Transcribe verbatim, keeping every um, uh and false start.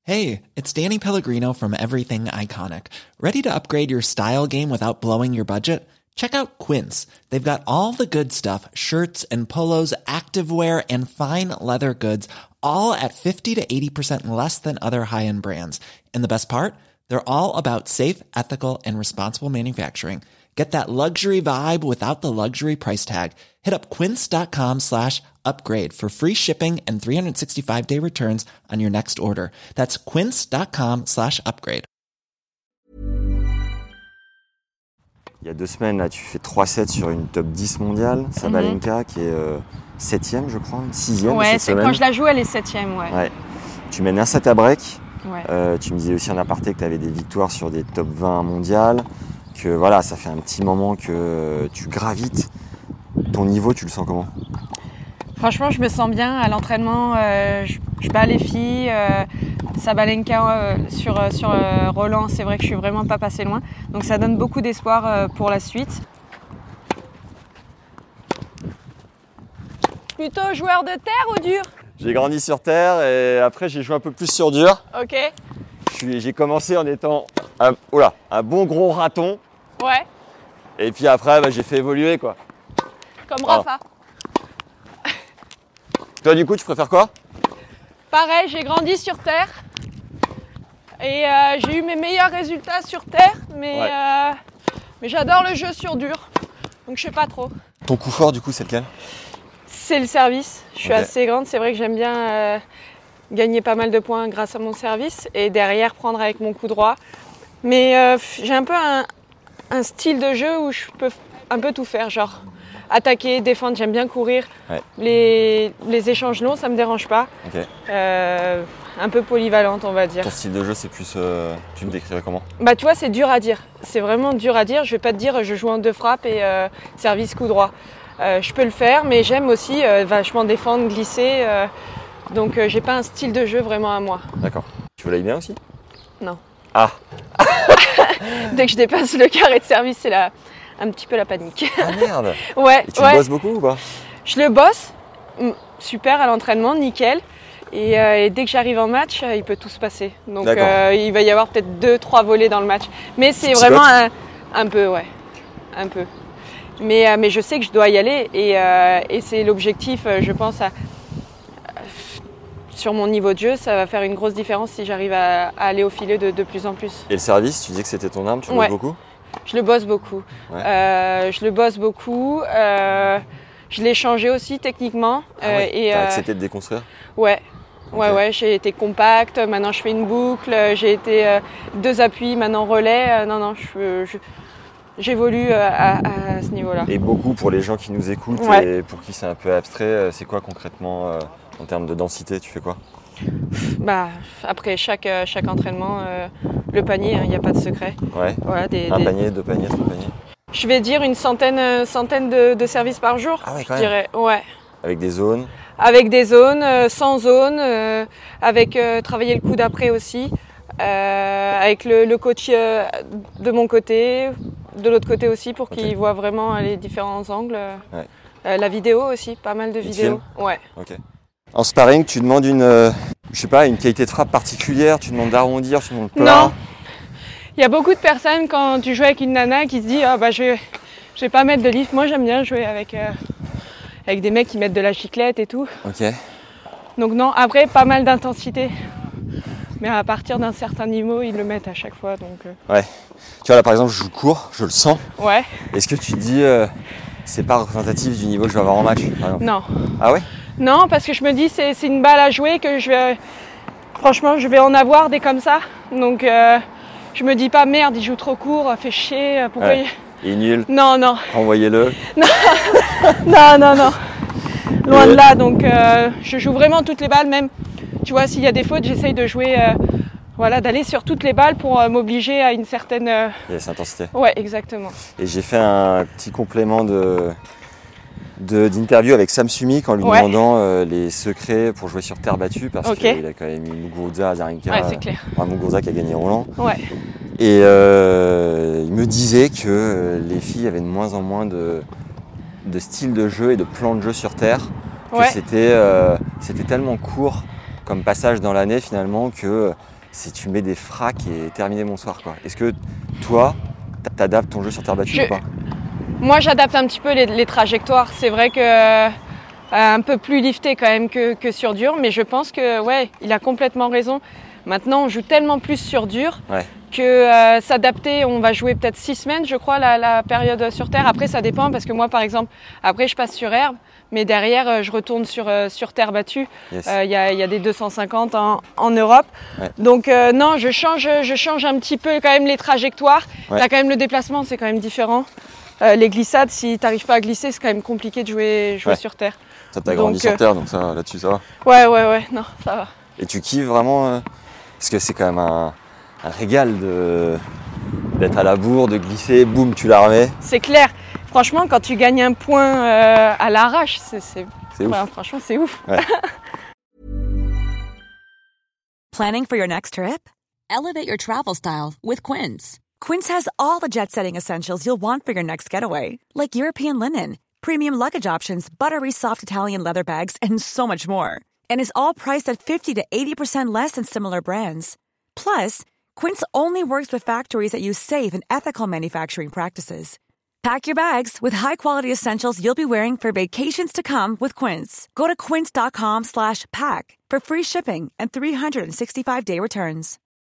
Hey, it's Danny Pellegrino from Everything Iconic. Ready to upgrade your style game without blowing your budget? Check out Quince. They've got all the good stuff, shirts and polos, activewear, and fine leather goods, all at fifty to eighty percent less than other high-end brands. And the best part? They're all about safe, ethical, and responsible manufacturing. Get that luxury vibe without the luxury price tag. Hit up quince.com slash upgrade for free shipping and three sixty-five day returns on your next order. That's quince.com slash upgrade. Il y a deux semaines, là, tu fais trois sets sur une top dix mondiale. Sabalenka, mm-hmm. qui est euh, septième, je crois, sixième. Ouais, cette c'est semaine. Quand je la joue, elle est septième, ouais. ouais. Tu mènes un set à break. Ouais. Euh, tu me disais aussi en aparté que tu avais des victoires sur des top vingt mondiales. Que voilà, ça fait un petit moment que tu gravites. Ton niveau, tu le sens comment ? Franchement, je me sens bien à l'entraînement. Euh, je, je bats les filles. Euh, Sabalenka euh, sur, euh, sur euh, Roland, c'est vrai que je suis vraiment pas passée loin. Donc ça donne beaucoup d'espoir euh, pour la suite. Plutôt joueur de terre ou dur ? J'ai grandi sur terre et après j'ai joué un peu plus sur dur. Ok. Je suis, j'ai commencé en étant un, oh là, un bon gros raton. Ouais. Et puis après, bah, j'ai fait évoluer quoi. Comme Rafa. Ah. Toi du coup, tu préfères quoi ? Pareil, j'ai grandi sur terre. Et euh, j'ai eu mes meilleurs résultats sur terre. Mais, ouais. euh, mais j'adore le jeu sur dur. Donc je sais pas trop. Ton coup fort du coup, c'est lequel ? C'est le service. Je suis okay. assez grande. C'est vrai que j'aime bien euh, gagner pas mal de points grâce à mon service. Et derrière, prendre avec mon coup droit. Mais euh, j'ai un peu un... un style de jeu où je peux un peu tout faire, genre attaquer, défendre, j'aime bien courir. Ouais. Les, les échanges longs, ça me dérange pas. Okay. Euh, un peu polyvalente, on va dire. Ton style de jeu, c'est plus... Euh, tu me décrirais comment ? Bah tu vois, c'est dur à dire. C'est vraiment dur à dire. Je vais pas te dire je joue en deux frappes et euh, service coup droit. Euh, je peux le faire, mais j'aime aussi euh, vachement défendre, glisser. Euh, donc euh, j'ai pas un style de jeu vraiment à moi. D'accord. Tu volleyes bien aussi ? Non. Ah. Dès que je dépasse le carré de service, c'est la, un petit peu la panique. Ah merde. Ouais. Et tu ouais. le bosses beaucoup ou pas ? Je le bosse, super à l'entraînement, nickel. Et, euh, et dès que j'arrive en match, il peut tout se passer. Donc euh, il va y avoir peut-être deux, trois volets dans le match. Mais c'est vraiment un, un peu, ouais, un peu. Mais, euh, mais je sais que je dois y aller et, euh, et c'est l'objectif, je pense, à, sur mon niveau de jeu, ça va faire une grosse différence si j'arrive à, à aller au filet de, de plus en plus. Et le service, tu dis que c'était ton arme, tu le ouais. bosses beaucoup ? Je le bosse beaucoup. Ouais. Euh, je le bosse beaucoup. Euh, je l'ai changé aussi techniquement. Ah ouais. euh, et, T'as euh, accepté de déconstruire ? Ouais. Okay. Ouais, ouais, j'ai été compacte, maintenant je fais une boucle, j'ai été euh, deux appuis, maintenant relais. Euh, non, non, je, je, j'évolue euh, à, à ce niveau-là. Et beaucoup pour les gens qui nous écoutent ouais. et pour qui c'est un peu abstrait, c'est quoi concrètement euh, en termes de densité, tu fais quoi ? Bah, après chaque, chaque entraînement, euh, le panier, il hein, n'y a pas de secret. Ouais. Voilà, des, un des... panier, deux paniers, trois paniers. Je vais dire une centaine, centaine de, de services par jour. Ah ouais, quand je même. dirais. Ouais. Avec des zones. Avec des zones, euh, sans zone, euh, avec euh, travailler le coup d'après aussi, euh, avec le, le coach euh, de mon côté, de l'autre côté aussi pour okay. qu'il voit vraiment les différents angles. Ouais. Euh, la vidéo aussi, pas mal de Les vidéos. films. Ouais. Okay. En sparring, tu demandes une, euh, je sais pas, une qualité de frappe particulière, tu demandes d'arrondir, tu demandes plat. Non. Il y a beaucoup de personnes quand tu joues avec une nana qui se dit ah bah je vais, je vais pas mettre de lift. Moi j'aime bien jouer avec. Euh, avec des mecs qui mettent de la giclette et tout. Ok. Donc non, après pas mal d'intensité. Mais à partir d'un certain niveau, ils le mettent à chaque fois. Donc, euh... Ouais. Tu vois là par exemple, je joue court, je le sens. Ouais. Est-ce que tu te dis euh, c'est pas représentatif du niveau que je vais avoir en match par exemple ? Non. Ah ouais ? Non, parce que je me dis c'est, c'est une balle à jouer que je vais. Franchement, je vais en avoir des comme ça. Donc euh, je me dis pas merde, il joue trop court, fait chier. Pourquoi ouais. il... Il est nul. Non, non. Envoyez-le. Non, non, non, non. Loin euh... de là. Donc, euh, je joue vraiment toutes les balles. Même, tu vois, s'il y a des fautes, j'essaye de jouer, euh, voilà, d'aller sur toutes les balles pour euh, m'obliger à une certaine. Euh... Yes, intensité. Ouais, exactement. Et j'ai fait un petit complément de, de d'interview avec Sam Sumik en lui ouais. demandant euh, les secrets pour jouer sur terre battue parce okay. qu'il a quand même eu Muguruza, Azarenka. Ouais, c'est clair. Euh, Muguruza qui a gagné Roland. Ouais. Et euh, il me disait que euh, les filles avaient de moins en moins de, de style de jeu et de plan de jeu sur terre. Que ouais. c'était, euh, c'était tellement court comme passage dans l'année finalement que c'est tu mets des fracs et terminé bonsoir, quoi. Est-ce que toi, t'adaptes ton jeu sur terre battue Je... ou pas? Moi, j'adapte un petit peu les, les trajectoires. C'est vrai que euh, un peu plus lifté quand même que, que sur dur, mais je pense que ouais, il a complètement raison. Maintenant, on joue tellement plus sur dur ouais. que euh, s'adapter, on va jouer peut-être six semaines, je crois, la, la période sur terre. Après, ça dépend parce que moi, par exemple, après, je passe sur herbe, mais derrière, euh, je retourne sur, euh, sur terre battue. Il yes. euh, y, a, y a des deux cent cinquante en, en Europe. Ouais. Donc, euh, non, je change, je change un petit peu quand même les trajectoires. Ouais. Là, quand même, le déplacement, c'est quand même différent. Euh, les glissades, si tu n'arrives pas à glisser, c'est quand même compliqué de jouer, jouer ouais. sur terre. Ça t'a grandi sur terre, donc ça, là-dessus, ça va. Ouais, ouais, ouais, non, ça va. Et tu kiffes vraiment euh, parce que c'est quand même un, un régal de, d'être à la bourre, de glisser, boum, tu la remets. C'est clair. Franchement, quand tu gagnes un point euh, à l'arrache, c'est, c'est, c'est ouf. Ouais, franchement, c'est ouf. Ouais. Planning for your next trip? Elevate your travel style with Quince. Quince has all the jet-setting essentials you'll want for your next getaway, like European linen, premium luggage options, buttery soft Italian leather bags, and so much more. And is all priced at fifty to eighty percent less than similar brands. Plus, Quince only works with factories that use safe and ethical manufacturing practices. Pack your bags with high-quality essentials you'll be wearing for vacations to come with Quince. Go to quince.com slash pack for free shipping and three sixty-five day returns.